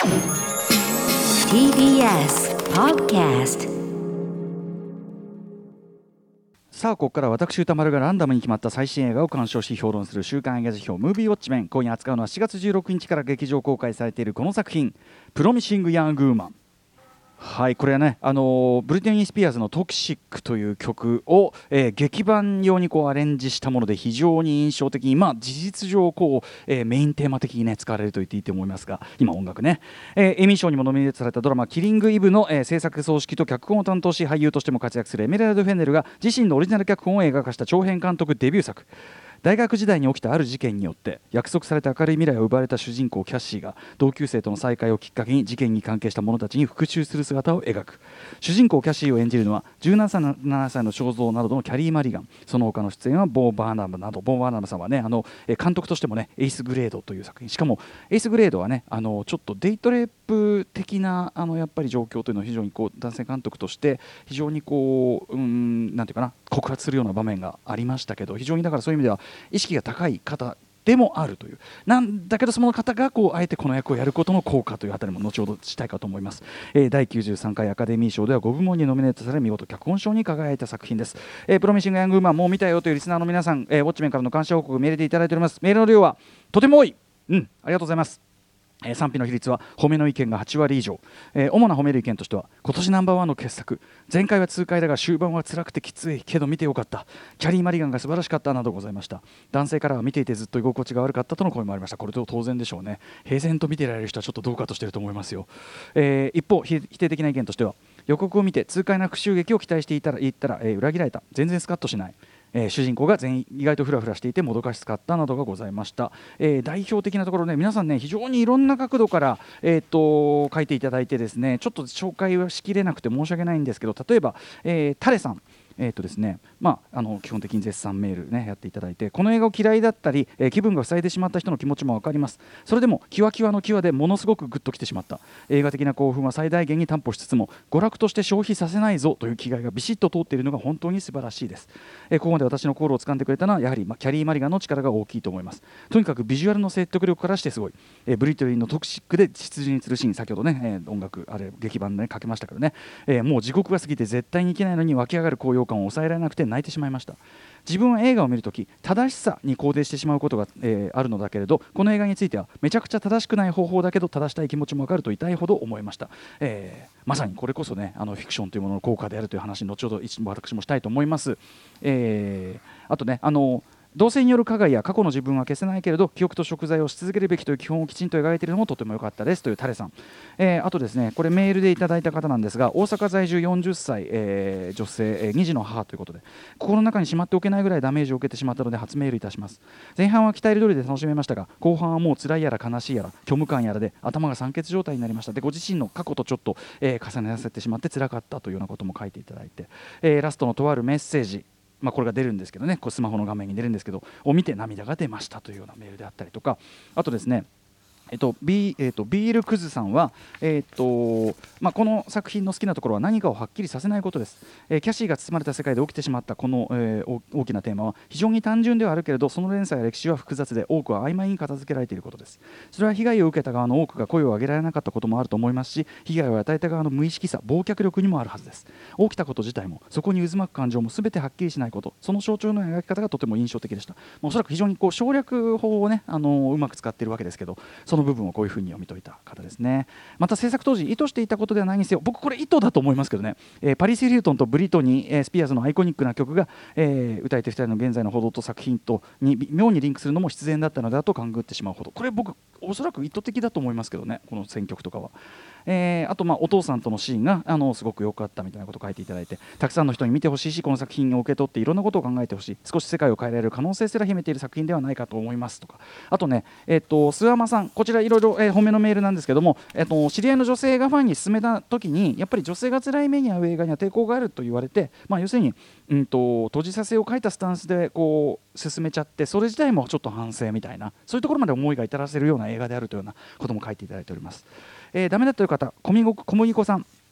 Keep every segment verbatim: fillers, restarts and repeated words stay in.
ティービーエス Podcast。 さあここから私歌丸がランダムに決まった最新映画を鑑賞し評論する週刊映画辞表ムービーウォッチメン。今夜扱うのはしがつじゅうろくにちから劇場公開されているこの作品プロミシング・ヤング・ウーマン。はい、これはね、あのブリトニー・スピアーズのトキシックという曲を、えー、劇版用にこうアレンジしたもので非常に印象的に、まあ、事実上こう、えー、メインテーマ的に、ね、使われると言っていいと思いますが、今音楽ね、えー、エミー賞にもノミネートされたドラマキリング・イブの、えー、制作総指揮と脚本を担当し俳優としても活躍するエメラルド・フェンネルが自身のオリジナル脚本を映画化した長編監督デビュー作。大学時代に起きたある事件によって約束された明るい未来を奪われた主人公キャッシーが同級生との再会をきっかけに事件に関係した者たちに復讐する姿を描く。主人公キャッシーを演じるのはじゅうななさいの肖像などのキャリー・マリガン。その他の出演はボー・バーナムなど、ボー・バーナムさんはね、あの監督としてもねエイス・グレードという作品、しかもエイス・グレードはね、あのちょっとデイトレープ的なあのやっぱり状況というのを非常にこう男性監督として非常にこう、うーんなんていうかな、告発するような場面がありましたけど、非常にだからそういう意味では意識が高い方でもあるというなんだけど、その方がこうあえてこの役をやることの効果というあたりも後ほどしたいかと思います。えー、だいきゅうじゅうさんかいアカデミー賞ではごぶもんにノミネートされ見事脚本賞に輝いた作品です。えー、プロミシング・ヤング・ウーマンもう見たよというリスナーの皆さん、えー、ウォッチメンからの感謝報告メールでいただいております。メールの量はとても多い、うん、ありがとうございます。えー、賛否の比率は褒めの意見がはちわり以上。えー、主な褒める意見としては、今年ナンバーワンの傑作、前回は痛快だが終盤は辛くてきついけど見てよかった、キャリー・マリガンが素晴らしかったなどございました。男性からは見ていてずっと居心地が悪かったとの声もありました。これと当然でしょうね。平然と見てられる人はちょっとどうかとしていると思いますよ。えー、一方否定的な意見としては、予告を見て痛快な復讐劇を期待していたら言ったら、えー、裏切られた、全然スカッとしない、えー、主人公が全員意外とフラフラしていてもどかしかったなどがございました。えー、代表的なところね、皆さんね非常にいろんな角度から、えー、と書いていただいてですね、ちょっと紹介はしきれなくて申し訳ないんですけど、例えば、えー、タレさん、えーとですねまあ、あの基本的に絶賛メール、ね、やっていただいて、この映画を嫌いだったり、えー、気分が塞いでしまった人の気持ちも分かります。それでもキワキワのキワでものすごくグッときてしまった。映画的な興奮は最大限に担保しつつも娯楽として消費させないぞという気概がビシッと通っているのが本当に素晴らしいです。えー、ここまで私の心を掴んでくれたのはやはり、まあ、キャリー・マリガンの力が大きいと思います。とにかくビジュアルの説得力からしてすごい。えー、ブリトニーのトクシックで出陣するシーン、先ほどね、えー、音楽あれ劇版で、ね、かけましたけどね、えー、もう地獄が過ぎて絶対にいけないのに湧き上がる高揚感を抑えられなくて泣いてしまいました。自分は映画を見るとき正しさに肯定してしまうことが、えー、あるのだけれど、この映画についてはめちゃくちゃ正しくない方法だけど正したい気持ちも分かると痛いほど思いました。えー、まさにこれこそね、あのフィクションというものの効果であるという話、後ほど私もしたいと思います。えー、あとね、あの同性による加害や過去の自分は消せないけれど記憶と贖罪をし続けるべきという基本をきちんと描いているのもとても良かったですというタレさん。えー、あとですね、これメールでいただいた方なんですが、大阪在住よんじゅっさい、えー、女性、えー、に児の母ということで、心の中にしまっておけないぐらいダメージを受けてしまったので初メールいたします。前半は期待通りで楽しめましたが、後半はもう辛いやら悲しいやら虚無感やらで頭が酸欠状態になりました。で、ご自身の過去とちょっと、えー、重ね合わせてしまって辛かったというようなことも書いていただいて、えー、ラストのとあるメッセージ、まあ、これが出るんですけどね、こうスマホの画面に出るんですけどを見て涙が出ましたというようなメールであったりとか、あとですね、えっとビえっと、ビールクズさんは、えっとまあ、この作品の好きなところは何かをはっきりさせないことです。えー、キャシーが包まれた世界で起きてしまったこの、えー、大きなテーマは非常に単純ではあるけれど、その連鎖や歴史は複雑で多くは曖昧に片付けられていることです。それは被害を受けた側の多くが声を上げられなかったこともあると思いますし、被害を与えた側の無意識さ、忘却力にもあるはずです。起きたこと自体もそこに渦巻く感情も全てはっきりしないこと、その象徴の描き方がとても印象的でした。まあ、おそらく非常にこう省略法をね、あのー、うまく使っているわけですけど、その部分をこういうふうに読み解いた方ですね。また制作当時意図していたことではないにせよ、僕これ意図だと思いますけどね、えー、パリス・ヒルトンとブリトニー、えー、スピアーズのアイコニックな曲が、えー、歌い手ふたりの現在の報道と作品とに妙にリンクするのも必然だったのだと勘ぐってしまうほど、これ僕おそらく意図的だと思いますけどね、この選曲とかは。えー、あとまあお父さんとのシーンがあのすごく良かったみたいなことを書いていただいて、たくさんの人に見てほしいし、この作品を受け取っていろんなことを考えてほしい、少し世界を変えられる可能性すら秘めている作品ではないかと思いますとか、あとね、えー、と諏訪間さん、こちらいろいろ、えー、褒めのメールなんですけども、えー、と知り合いの女性がファンに勧めた時にやっぱり女性が辛い目に遭う映画には抵抗があると言われて、まあ、要するに、うんと閉じさせを書いたスタンスでこう進めちゃって、それ自体もちょっと反省みたいな、そういうところまで思いが至らせるような映画であるというようなことも書いていただいております。えー、ダメだという方、小麦粉さん、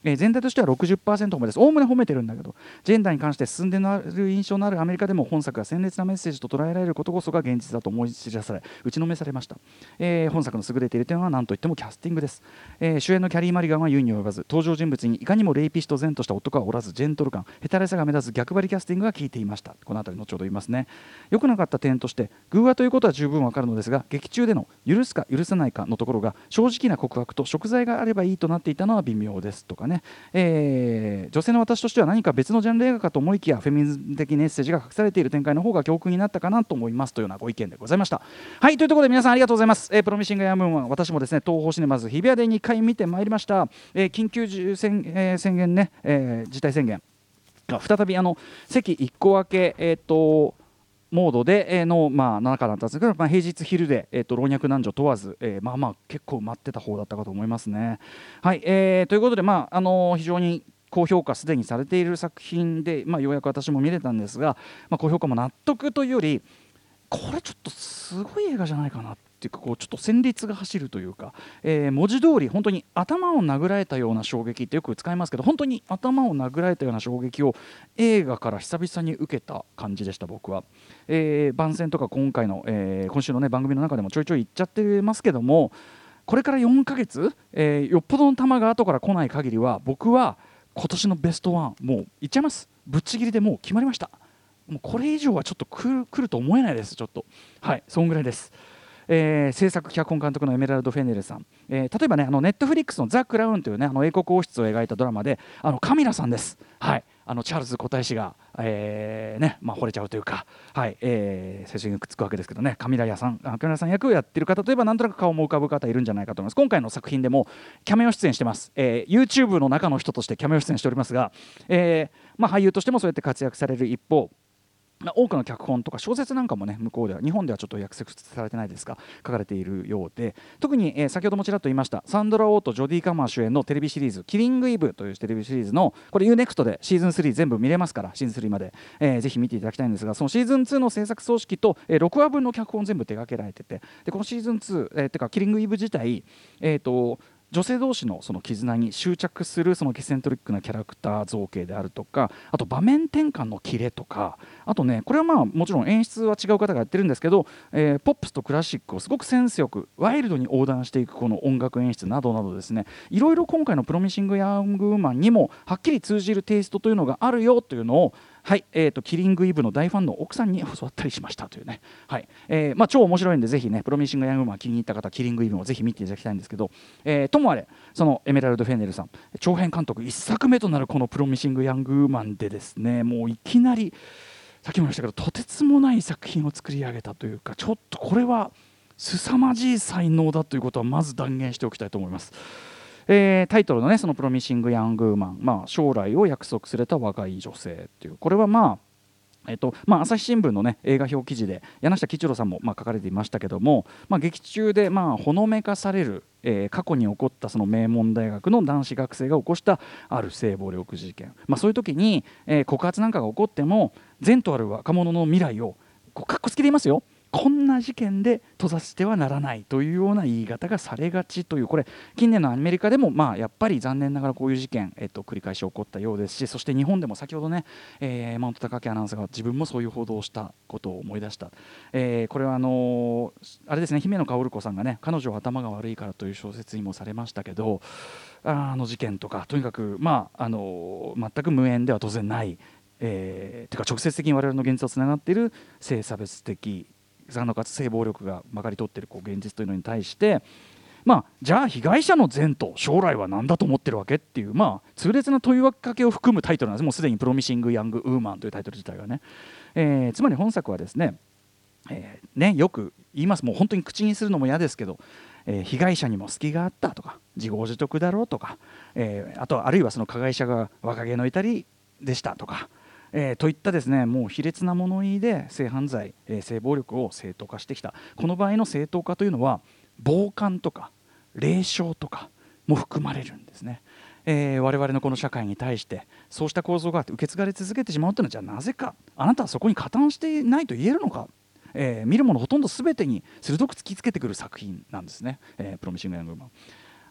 えー、全体としては ろくじゅっパーセント 褒めです。おおむね褒めてるんだけど、ジェンダーに関して進んでのある印象のあるアメリカでも本作が鮮烈なメッセージと捉えられることこそが現実だと思い知らされ打ちのめされました。えー、本作の優れている点は何といってもキャスティングです。えー、主演のキャリー・マリガンは言うに及ばず、登場人物にいかにもレイピスト前とした男はおらず、ジェントル感、ヘタレさが目立つ逆張りキャスティングが効いていました。この辺り後ほど言いますね。良くなかった点として、偶話ということは十分わかるのですが、劇中での許すか許さないかのところが正直な告白と贖罪があればいいとなっていたのは微妙ですとかね。えー、女性の私としては何か別のジャンル映画かと思いきやフェミニズム的メッセージが隠されている展開の方が教訓になったかなと思いますというようなご意見でございました。はい、というところで皆さんありがとうございます。えー、プロミシング・ヤング・ウーマン、私もですね東宝シネマズ日比谷でにかい見てまいりました。えー、緊急宣、えー、宣言ね、えー、事態宣言が再びあの席いっこ分け、えーとモードでの、まあ、中だったんですけど、まあ、平日昼で、えー、と老若男女問わず、えー、まあまあ結構埋まってた方だったかと思いますね。はい、えー、ということで、まああのー、非常に高評価すでにされている作品で、まあ、ようやく私も見れたんですが、まあ、高評価も納得というよりこれちょっとすごい映画じゃないかなっていうか、こうちょっと旋律が走るというか、えー、文字通り本当に頭を殴られたような衝撃ってよく使いますけど、本当に頭を殴られたような衝撃を映画から久々に受けた感じでした僕は。えー、番宣とか今回の、えー、今週の、ね、番組の中でもちょいちょい言っちゃってますけども、これからよんかげつ、えー、よっぽどの球が後から来ない限りは僕は今年のベストワンもういっちゃいます。ぶっちぎりでもう決まりました。もうこれ以上はちょっと来る、来ると思えないです。ちょっとはいそんぐらいです。えー、制作脚本監督のエメラルド・フェネルさん、えー、例えばねあのネットフリックスのザ・クラウンというねあの英国王室を描いたドラマであのカミラさんです。はいあのチャールズ皇太子が、えーねまあ、惚れちゃうというか、はいえー、精神がくっつくわけですけどね、カミラヤさんカミラさん役をやっている方といえばなんとなく顔も浮かぶ方いるんじゃないかと思います。今回の作品でもキャメオ出演してます、えー、YouTube の中の人としてキャメオ出演しておりますが、えーまあ、俳優としてもそうやって活躍される一方、多くの脚本とか小説なんかもね向こうでは日本ではちょっと訳されてないですが書かれているようで、特に、えー、先ほどもちらっと言いましたサンドラ・オーとジョディ・カマー主演のテレビシリーズキリング・イブというテレビシリーズのこれ ユーネクスト でシーズンスリー全部見れますから、シーズンスリーまで、えー、ぜひ見ていただきたいんですが、そのシーズンツーの制作総指揮と、えー、ろくわぶんの脚本全部手掛けられてて、でこのシーズンツー、えー、てかキリング・イブ自体、えーと女性同士のその絆に執着するそのエキセントリックなキャラクター造形であるとか、あと場面転換のキレとか、あとねこれはまあもちろん演出は違う方がやってるんですけど、えー、ポップスとクラシックをすごくセンスよくワイルドに横断していくこの音楽演出などなどですね、いろいろ今回のプロミシング・ヤング・ウーマンにもはっきり通じるテイストというのがあるよというのをはい、えーと、キリング・イブの大ファンの奥さんに教わったりしましたというね、はいえーまあ、超面白いんでぜひねプロミシング・ヤング・ウーマン気に入った方キリング・イブもぜひ見ていただきたいんですけど、えー、ともあれそのエメラルド・フェンネルさん長編監督いっさくめとなるこのプロミシング・ヤング・ウーマンでですね、もういきなりさっきも言いましたけどとてつもない作品を作り上げたというか、ちょっとこれは凄まじい才能だということはまず断言しておきたいと思います。えー、タイトルのねそのプロミシング・ヤング・ウーマン、まあ、将来を約束された若い女性っていう、これはまあえっとまあ、朝日新聞の、ね、映画表記事で柳下吉郎さんも、まあ、書かれていましたけども、まあ、劇中で、まあ、ほのめかされる、えー、過去に起こったその名門大学の男子学生が起こしたある性暴力事件、まあ、そういう時に、えー、告発なんかが起こっても前途ある若者の未来をこうかっこつけて言いますよ、こんな事件で閉ざしてはならないというような言い方がされがちという、これ近年のアメリカでもまあやっぱり残念ながらこういう事件、えっと、繰り返し起こったようですし、そして日本でも先ほどね、えー、山本貴明アナウンサーが自分もそういう報道をしたことを思い出した、えー、これはあのー、あれですね、姫野薫子さんがね彼女は頭が悪いからという小説にもされましたけど、あの事件とかとにかくまああのー、全く無縁では当然ない、えー、というか直接的に我々の現実とつながっている性差別的なおかつ性暴力がまかり通っているこう現実というのに対して、まあ、じゃあ被害者の前途将来は何だと思ってるわけっていう、まあ、痛烈な問いかけを含むタイトルなんです。もうすでにプロミシング・ヤング・ウーマンというタイトル自体がね、えー、つまり本作はですね、えー、ねよく言います、もう本当に口にするのも嫌ですけど、えー、被害者にも隙があったとか自業自得だろうとか、えー、あとはあるいはその加害者が若気の至りでしたとか、えー、といったですねもう卑劣な物言いで性犯罪、えー、性暴力を正当化してきた。この場合の正当化というのは傍観とか霊障とかも含まれるんですね。えー、我々のこの社会に対してそうした構造が受け継がれ続けてしまうというのはじゃあなぜか、あなたはそこに加担していないと言えるのか、えー、見るものほとんど全てに鋭く突きつけてくる作品なんですね、えー、プロミシング・ヤング・ウーマン。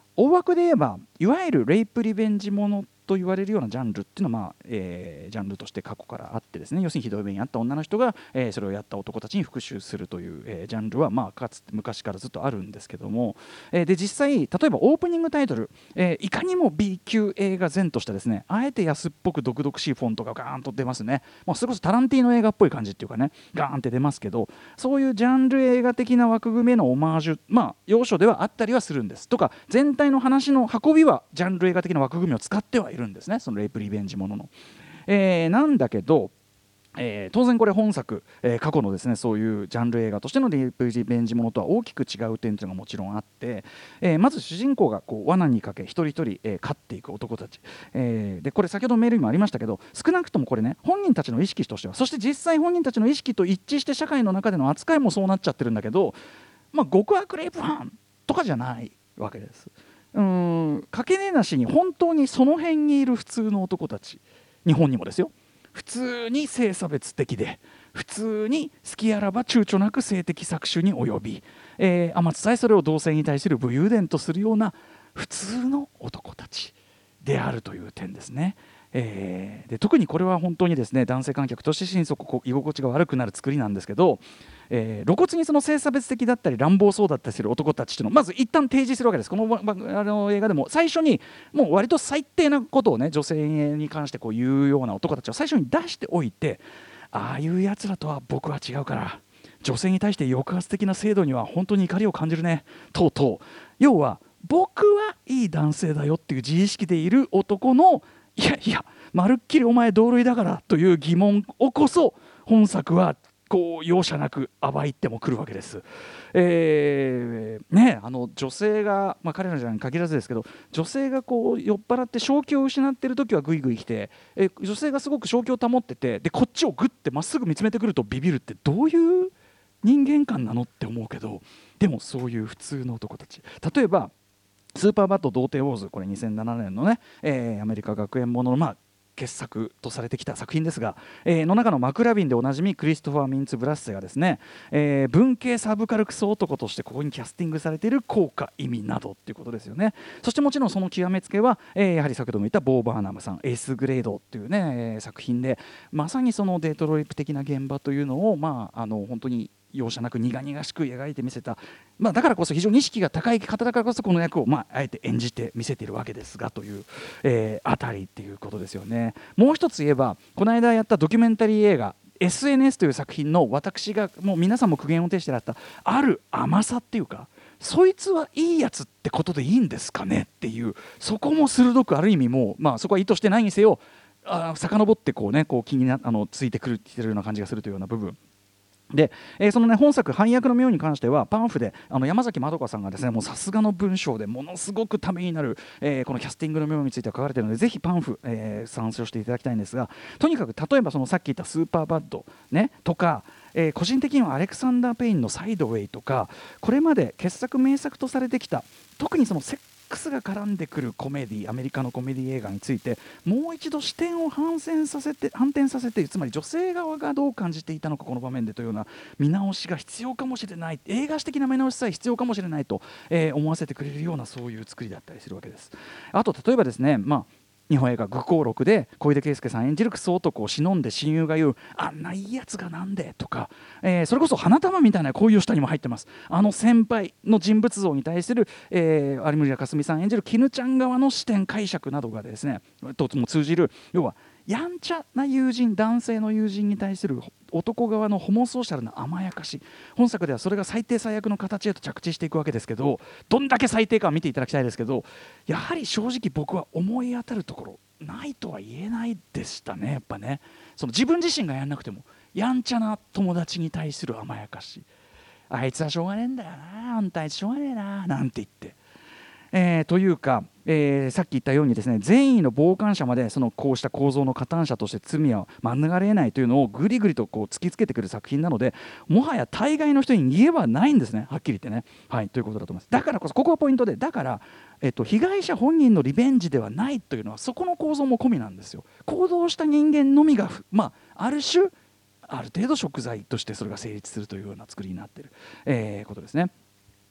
大枠で言えばいわゆるレイプリベンジものと言われるようなジャンルっていうのは、まあえー、ジャンルとして過去からあってですね、要するにひどい目にあった女の人が、えー、それをやった男たちに復讐するという、えー、ジャンルは、まあ、かつ昔からずっとあるんですけども、えー、で実際例えばオープニングタイトル、えー、いかにも ビー 級映画前としたですね、あえて安っぽく毒々しいフォントがガーンと出ますね。もうそれこそタランティーノ映画っぽい感じっていうかね、ガーンって出ますけど、そういうジャンル映画的な枠組みへのオマージュ、まあ要所ではあったりはするんですとか、全体の話の運びはジャンル映画的な枠組みを使ってはいるんですね、そのレイプリベンジものの、えー、なんだけど、えー、当然これ本作、えー、過去のですねそういうジャンル映画としてのレイプリベンジものとは大きく違う点というのがもちろんあって、えー、まず主人公がこう罠にかけ一人一人、えー、勝っていく男たち、えー、でこれ先ほどメールにもありましたけど、少なくともこれね本人たちの意識としては、そして実際本人たちの意識と一致して社会の中での扱いもそうなっちゃってるんだけど、まあ、極悪レイプ犯とかじゃないわけです。うーん、かけねなしに本当にその辺にいる普通の男たち、日本にもですよ、普通に性差別的で普通に好きあらば躊躇なく性的搾取に及び、えー、あまつさえそれを同性に対する武勇伝とするような普通の男たちであるという点ですね。えー、で特にこれは本当にですね男性観客として心底居心地が悪くなる作りなんですけど、えー、露骨にその性差別的だったり乱暴そうだったりする男たちというのをまず一旦提示するわけです。この、ま、あの映画でも最初にもう割と最低なことをね女性に関してこう言うような男たちを最初に出しておいて、ああいうやつらとは僕は違うから女性に対して抑圧的な制度には本当に怒りを感じるねとうとう、要は僕はいい男性だよっていう自意識でいる男のいやいやまるっきりお前同類だからという疑問をこそ本作はこう容赦なく暴いてもくるわけです。えーね、あの女性が、まあ、彼らじゃに限らずですけど、女性がこう酔っ払って正気を失っている時はグイグイ来て、え女性がすごく正気を保ってて、でこっちをグッてまっすぐ見つめてくるとビビるってどういう人間観なのって思うけど、でもそういう普通の男たち、例えばスーパーバッド童貞ウォーズ、これにせんななねんのね、えー、アメリカ学園ものの、まあ傑作とされてきた作品ですが、えー、の中のマクラビンでおなじみクリストファー・ミンツ・ブラッセがですね、えー、文系サブカルクソ男としてここにキャスティングされている効果意味などっていうことですよね。そしてもちろんその極めつけは、えー、やはり先ほども言ったボー・バーナムさんエースグレードっていうね、えー、作品でまさにそのデートロイプ的な現場というのを、まあ、あの本当に容赦なく苦々しく描いてみせた、まあ、だからこそ非常に意識が高い方だからこそこの役を、まあ、あえて演じてみせているわけですがという、えー、あたりっていうことですよね。もう一つ言えばこの間やったドキュメンタリー映画 エスエヌエス という作品の私がもう皆さんも苦言を呈してらったある甘さっていうか、そいつはいいやつってことでいいんですかねっていう、そこも鋭くある意味もう、まあ、そこは意図してないにせよあ遡ってこう、ね、こう気になあのついてくるっていうような感じがするというような部分で、えー、そのね本作反役の妙に関してはパンフであの山崎まどかさんがですねもうさすがの文章でものすごくためになる、えー、このキャスティングの妙については書かれているのでぜひパンフ、えー、参照していただきたいんですが、とにかく例えばそのさっき言ったスーパーバッド、ね、とか、えー、個人的にはアレクサンダー・ペインのサイドウェイとかこれまで傑作名作とされてきた特にそのセックスが絡んでくるコメディアメリカのコメディ映画についてもう一度視点を反転させて反転させてつまり女性側がどう感じていたのかこの場面でというような見直しが必要かもしれない、映画史的な見直しさえ必要かもしれないと、えー、思わせてくれるようなそういう作りだったりするわけです。あと例えばですね、まあ日本映画愚行録で小出圭介さん演じるクソ男を忍んで親友が言うあんないいやつがなんでとか、えー、それこそ花束みたいな恋をしたにも入ってます。あの先輩の人物像に対する、えー、有村架純さん演じる絹ちゃん側の視点解釈などがですねとも通じる、要はやんちゃな友人男性の友人に対する男側のホモソーシャルな甘やかし、本作ではそれが最低最悪の形へと着地していくわけですけど、どんだけ最低かは見ていただきたいですけど、やはり正直僕は思い当たるところないとは言えないでしたね。やっぱねその自分自身がやんなくてもやんちゃな友達に対する甘やかし、あいつはしょうがねえんだよな、あんたあいつしょうがねえななんて言って、えー、というか、えー、さっき言ったようにですね善意の傍観者までそのこうした構造の加担者として罪は免れ得ないというのをぐりぐりとこう突きつけてくる作品なので、もはや大概の人に言えばないんですね、はっきり言ってね。はい、ということだと思います。だからこそここはポイントで、だから、えっと、被害者本人のリベンジではないというのはそこの構造も込みなんですよ。行動した人間のみが、まあ、ある種ある程度贖罪としてそれが成立するというような作りになっている、えー、ことですね。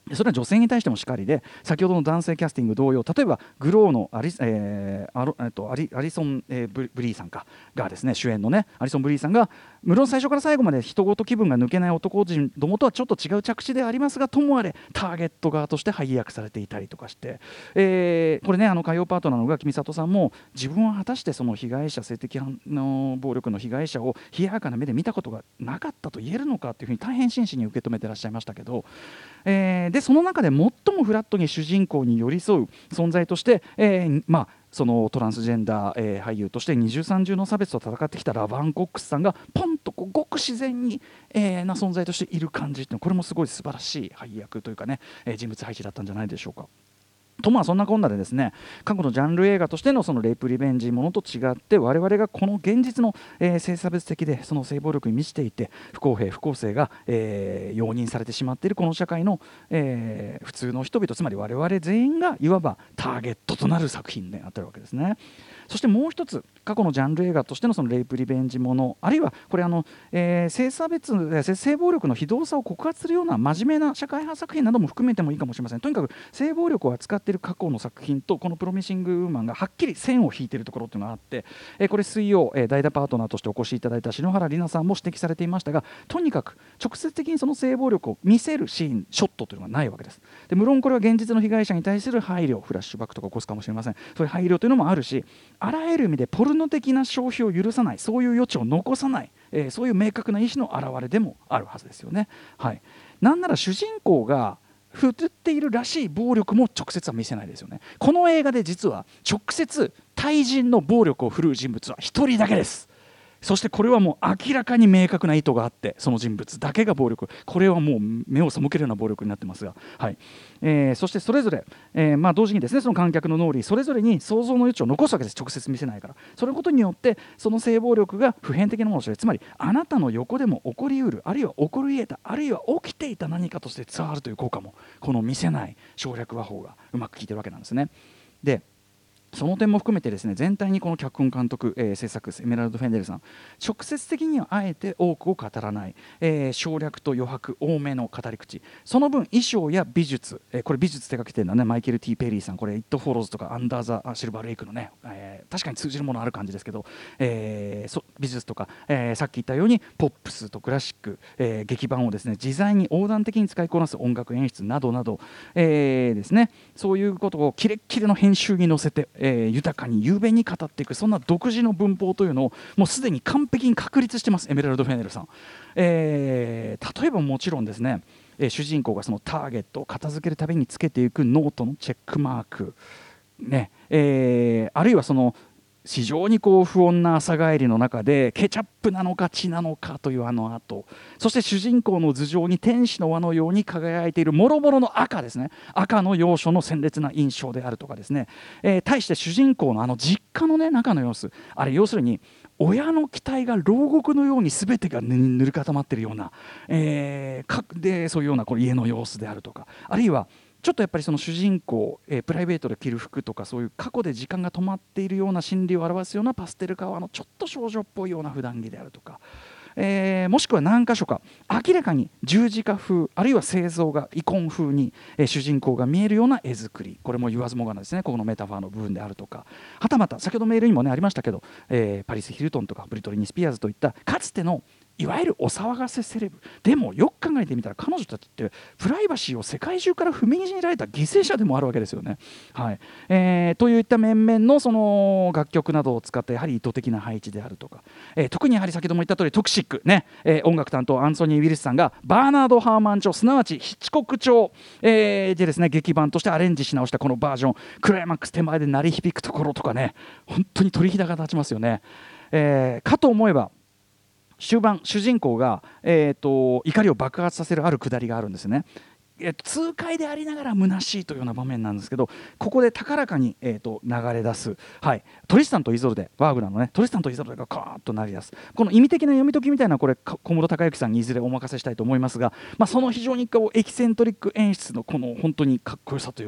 それは女性に対してもしかりで、先ほどの男性キャスティング同様、例えばグローのアリ、えーアロえっと、アリアリソン、えーブ、ブリーさんかがですね、主演のねアリソン・ブリーさんが無論最初から最後まで人事気分が抜けない男人どもとはちょっと違う着地でありますが、ともあれターゲット側として配役されていたりとかして、えーこれね、あの火曜パートナーの宇垣美里さんも、自分は果たしてその被害者、性的の暴力の被害者を冷ややかな目で見たことがなかったと言えるのかというふうに大変真摯に受け止めてらっしゃいましたけど、えーでその中で最もフラットに主人公に寄り添う存在として、えーまあ、そのトランスジェンダー、えー俳優として二重三重の差別と戦ってきたラバン・コックスさんがポンとこうごく自然に、えーな存在としている感じっていうのは、これもすごい素晴らしい配役というかね、えー人物配置だったんじゃないでしょうか。とまあそんなこんなでですね、過去のジャンル映画としてのそのレイプリベンジものと違って、我々がこの現実の、えー性差別的でその性暴力に満ちていて不公平不公正が、えー容認されてしまっているこの社会の、えー普通の人々、つまり我々全員がいわばターゲットとなる作品になっているわけですね。そしてもう一つ、過去のジャンル映画としてのそのレイプリベンジもの、あるいはこれあの、えー性差別、えー性暴力の非道さを告発するような真面目な社会派作品なども含めてもいいかもしれません。とにかく性暴力を扱っている過去の作品とこのプロミシングウーマンがはっきり線を引いているところというのがあって、えーこれ水曜、えー代打パートナーとしてお越しいただいた篠原里奈さんも指摘されていましたが、とにかく直接的にその性暴力を見せるシーン、ショットというのがないわけです。で無論これは現実の被害者に対する配慮、フラッシュバックとか起こすかもしれません、そういう配慮というのもあるし、あらゆる意味でポルノ的な消費を許さない、そういう余地を残さない、えーそういう明確な意思の表れでもあるはずですよね。はい、なんなら主人公が振るっているらしい暴力も直接は見せないですよね。この映画で実は直接対人の暴力を振るう人物は一人だけです。そしてこれはもう明らかに明確な意図があって、その人物だけが暴力、これはもう目を背けるような暴力になってますが、はい、えー、そしてそれぞれ、えーまあ、同時にですね、その観客の脳裏それぞれに想像の余地を残すわけです。直接見せないから。そのことによってその性暴力が普遍的なものとして、つまりあなたの横でも起こりうる、あるいは起こり得た、あるいは起きていた何かとして伝わるという効果も、この見せない省略話法がうまく効いてるわけなんですね。でその点も含めてですね、全体にこの脚本監督、えー、制作エメラルド・フェンデルさん、直接的にはあえて多くを語らない、えー、省略と余白多めの語り口、その分衣装や美術、えー、これ美術手掛けてるのはねマイケル・ティー・ペリーさん、これ「イット・フォローズ」とか「アンダー・ザ・シルバー・レイク」のね、えー、確かに通じるものある感じですけど、えー、そ美術とか、えー、さっき言ったようにポップスとクラシック、えー、劇版をですね自在に横断的に使いこなす音楽演出などなど、えー、ですね、そういうことをキレッキレの編集に乗せて、えー、豊かに雄弁に語っていく、そんな独自の文法というのをもうすでに完璧に確立してます、エメラルド・フェネルさん。えー、例えばもちろんですね、えー、主人公がそのターゲットを片付けるたびにつけていくノートのチェックマーク、ね、えー、あるいはその非常にこう不穏な朝帰りの中でケチャップなのか血なのかというあの後、そして主人公の頭上に天使の輪のように輝いているもろもろの赤ですね、赤の要所の鮮烈な印象であるとかですね、えー、対して主人公のあの実家の、ね、中の様子、あれ要するに親の期待が牢獄のように全てが塗り固まっているような、えー、かでそういうようなこの家の様子であるとか、あるいはちょっとやっぱりその主人公、えー、プライベートで着る服とか、そういう過去で時間が止まっているような心理を表すようなパステルカラーのちょっと少女っぽいような普段着であるとか、えー、もしくは何箇所か明らかに十字架風、あるいは聖像がイコン風に、えー、主人公が見えるような絵作り、これも言わずもがなですね、ここのメタファーの部分であるとか、はたまた先ほどメールにも、ね、ありましたけど、えー、パリス・ヒルトンとかブリトニー・スピアーズといったかつてのいわゆるお騒がせセレブでも、よく考えてみたら彼女たちってプライバシーを世界中から踏みにじられた犠牲者でもあるわけですよね。はい、えー、といった面々のその楽曲などを使ったやはり意図的な配置であるとか、えー、特にやはり先ほども言った通りトクシックね、えー、音楽担当アンソニー・ウィルスさんがバーナード・ハーマン調、すなわちヒッチコック調、えー、でですね劇版としてアレンジし直したこのバージョン、クライマックス手前で鳴り響くところとかね、本当に鳥肌が立ちますよね。えー、かと思えば終盤主人公が、えー、と怒りを爆発させるあるくだりがあるんですね。えー、と痛快でありながら虚しいというような場面なんですけど、ここで高らかに、えー、と流れ出す、はい、トリスタンとイゾルデ、ワーグナーのねトリスタンとイゾルデがカーッと鳴り出す、この意味的な読み解きみたいなこれ小室孝之さんにいずれお任せしたいと思いますが、まあ、その非常にこうエキセントリック演出のこの本当にかっこよさというか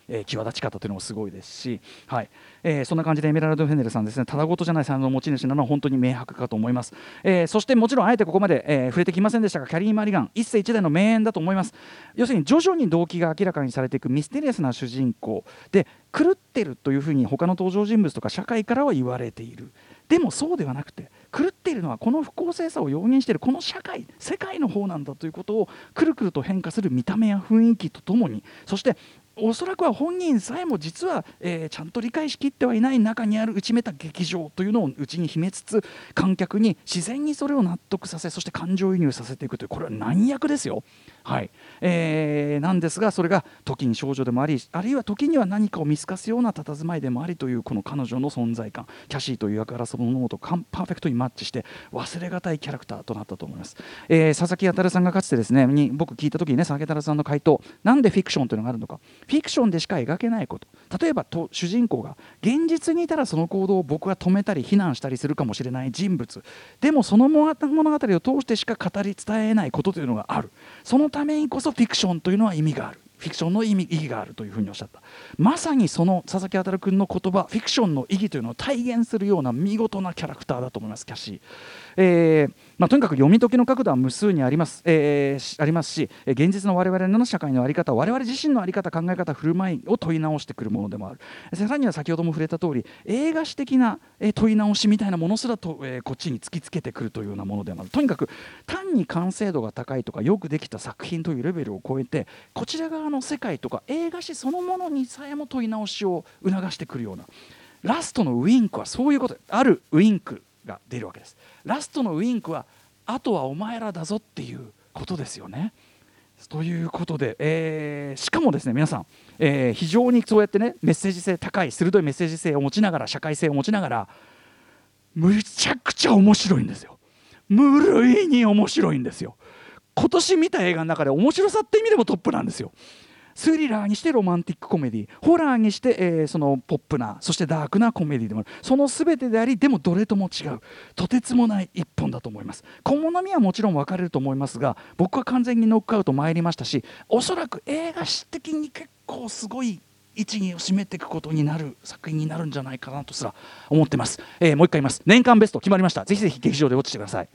えー、際立ち方というのもすごいですし、はいえー、そんな感じでエメラルド・フェネルさんですね、ただごとじゃない才能の持ち主なのは本当に明白かと思います、えー、そしてもちろんあえてここまで、えー、触れてきませんでしたが、キャリー・マリガン一世一代の名演だと思います。要するに徐々に動機が明らかにされていくミステリアスな主人公で、狂ってるというふうに他の登場人物とか社会からは言われている。でもそうではなくて、狂っているのはこの不公正さを容認しているこの社会世界の方なんだということをくるくると変化する見た目や雰囲気とともに、そしておそらくは本人さえも実は、えー、ちゃんと理解しきってはいない中にある内めた劇場というのを内に秘めつつ、観客に自然にそれを納得させ、そして感情移入させていくという、これは難役ですよ。はいえー、なんですが、それが時に少女でもあり、あるいは時には何かを見透かすような佇まいでもありという、この彼女の存在感、キャシーという役柄そのものとパーフェクトにマッチして忘れがたいキャラクターとなったと思います。えー、佐々木あさんがかつてですねに僕聞いた時にね、佐々木あさんの回答、なんでフィクションというのがあるのか、フィクションでしか描けないこと、例えばと主人公が現実にいたらその行動を僕は止めたり非難したりするかもしれない人物でも、その物語を通してしか語り伝えないことというのがある。そのためにこそフィクションというのは意味がある、フィクションの意味、意義があるというふうにおっしゃった。まさにその佐々木あ君の言葉、フィクションの意義というのを体現するような見事なキャラクターだと思います、キャシー。えーまあ、とにかく読み解きの角度は無数にあります、えー、ありますし、現実の我々の社会の在り方、我々自身の在り方、考え方、振る舞いを問い直してくるものでもある。さらには先ほども触れた通り、映画史的な問い直しみたいなものすらと、えー、こっちに突きつけてくるというようなものでもある。とにかく単に完成度が高いとかよくできた作品というレベルを超えて、こちら側の世界とか映画史そのものにさえも問い直しを促してくるような、ラストのウインクはそういうこと、あるウインクが出るわけです。ラストのウインクはあとはお前らだぞっていうことですよね。ということで、えー、しかもですね皆さん、えー、非常にそうやってねメッセージ性高い鋭いメッセージ性を持ちながら、社会性を持ちながら、むちゃくちゃ面白いんですよ。無類に面白いんですよ。今年見た映画の中で面白さって意味でもトップなんですよ。スリラーにしてロマンティックコメディ、ホラーにして、えー、そのポップな、そしてダークなコメディでもある。その全てであり、でもどれとも違う、とてつもない一本だと思います。好みはもちろん分かれると思いますが、僕は完全にノックアウト参りましたし、おそらく映画史的に結構すごい位置に占めていくことになる作品になるんじゃないかなとすら思ってます。えー、もう一回言います。年間ベスト決まりました。ぜひぜひ劇場でウォッチしてください。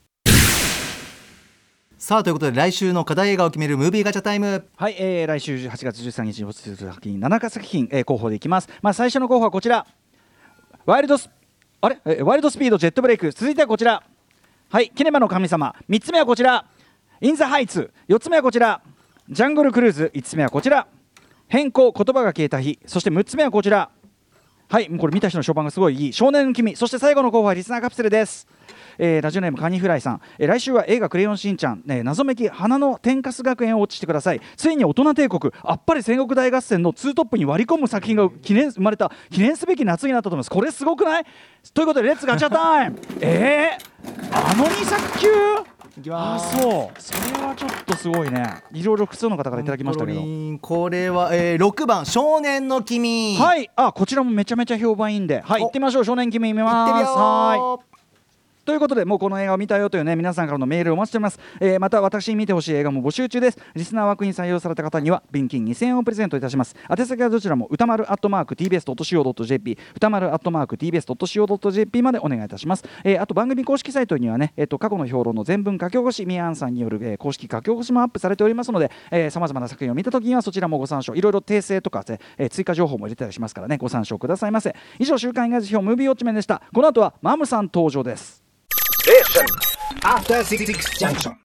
さあということで、来週の課題映画を決めるムービーガチャタイム。 はい、えー、来週はちがつじゅうさんにちに落ちする作品ななか作品、えー、候補でいきます。まあ、最初の候補はこちら、ワイルドスあれ、えー、ワイルドスピードジェットブレイク。続いてはこちら、はい、キネマの神様。みっつめはこちら、インザハイツ。よっつめはこちら、ジャングルクルーズ。いつつめはこちら、変更言葉が消えた日。そしてむっつめはこちら、はい、これ見た人の評判がすごいいい、少年の君。そして最後の候補はリスナーカプセルです。えー、ラジオネームカニフライさん、えー、来週は映画クレヨンしんちゃん、ね、謎めき花の天かす学園をウォッチしてください。ついに大人帝国あっぱれ戦国大合戦のツートップに割り込む作品が記念生まれた記念すべき夏になったと思います。これすごくない？ということでレッツガチャタイムえー、あのに作級あ、そうそれはちょっとすごいね。いろいろ複数の方からいただきましたけど、 これは、えー、ろくばん少年の君。 はい、あ、こちらもめちゃめちゃ評判いいんで、はい、行ってみましょう。少年君見ます。 行ってみよう。 はい、ということで、もうこの映画を見たよというね皆さんからのメールをお待ちしております。えー、また私に見てほしい映画も募集中です。リスナー枠に採用された方には現金にせんえんをプレゼントいたします。宛先はどちらも歌丸アットマーク ティービーエスドットシーオードットジェーピー 歌丸アットマーク ティービーエスドットシーオードットジェーピー までお願いいたします。えー、あと番組公式サイトにはね、えー、と過去の評論の全文書き起こし、ミヤンさんによる、えー、公式書き起こしもアップされておりますので、さまざまな作品を見たときにはそちらもご参照、いろいろ訂正とか、えー、追加情報も入れたりしますからね、ご参照くださいませ。以上、週刊映画辞表ムービーウォッチメンでした。この後はマムさん登場です。After Six Junction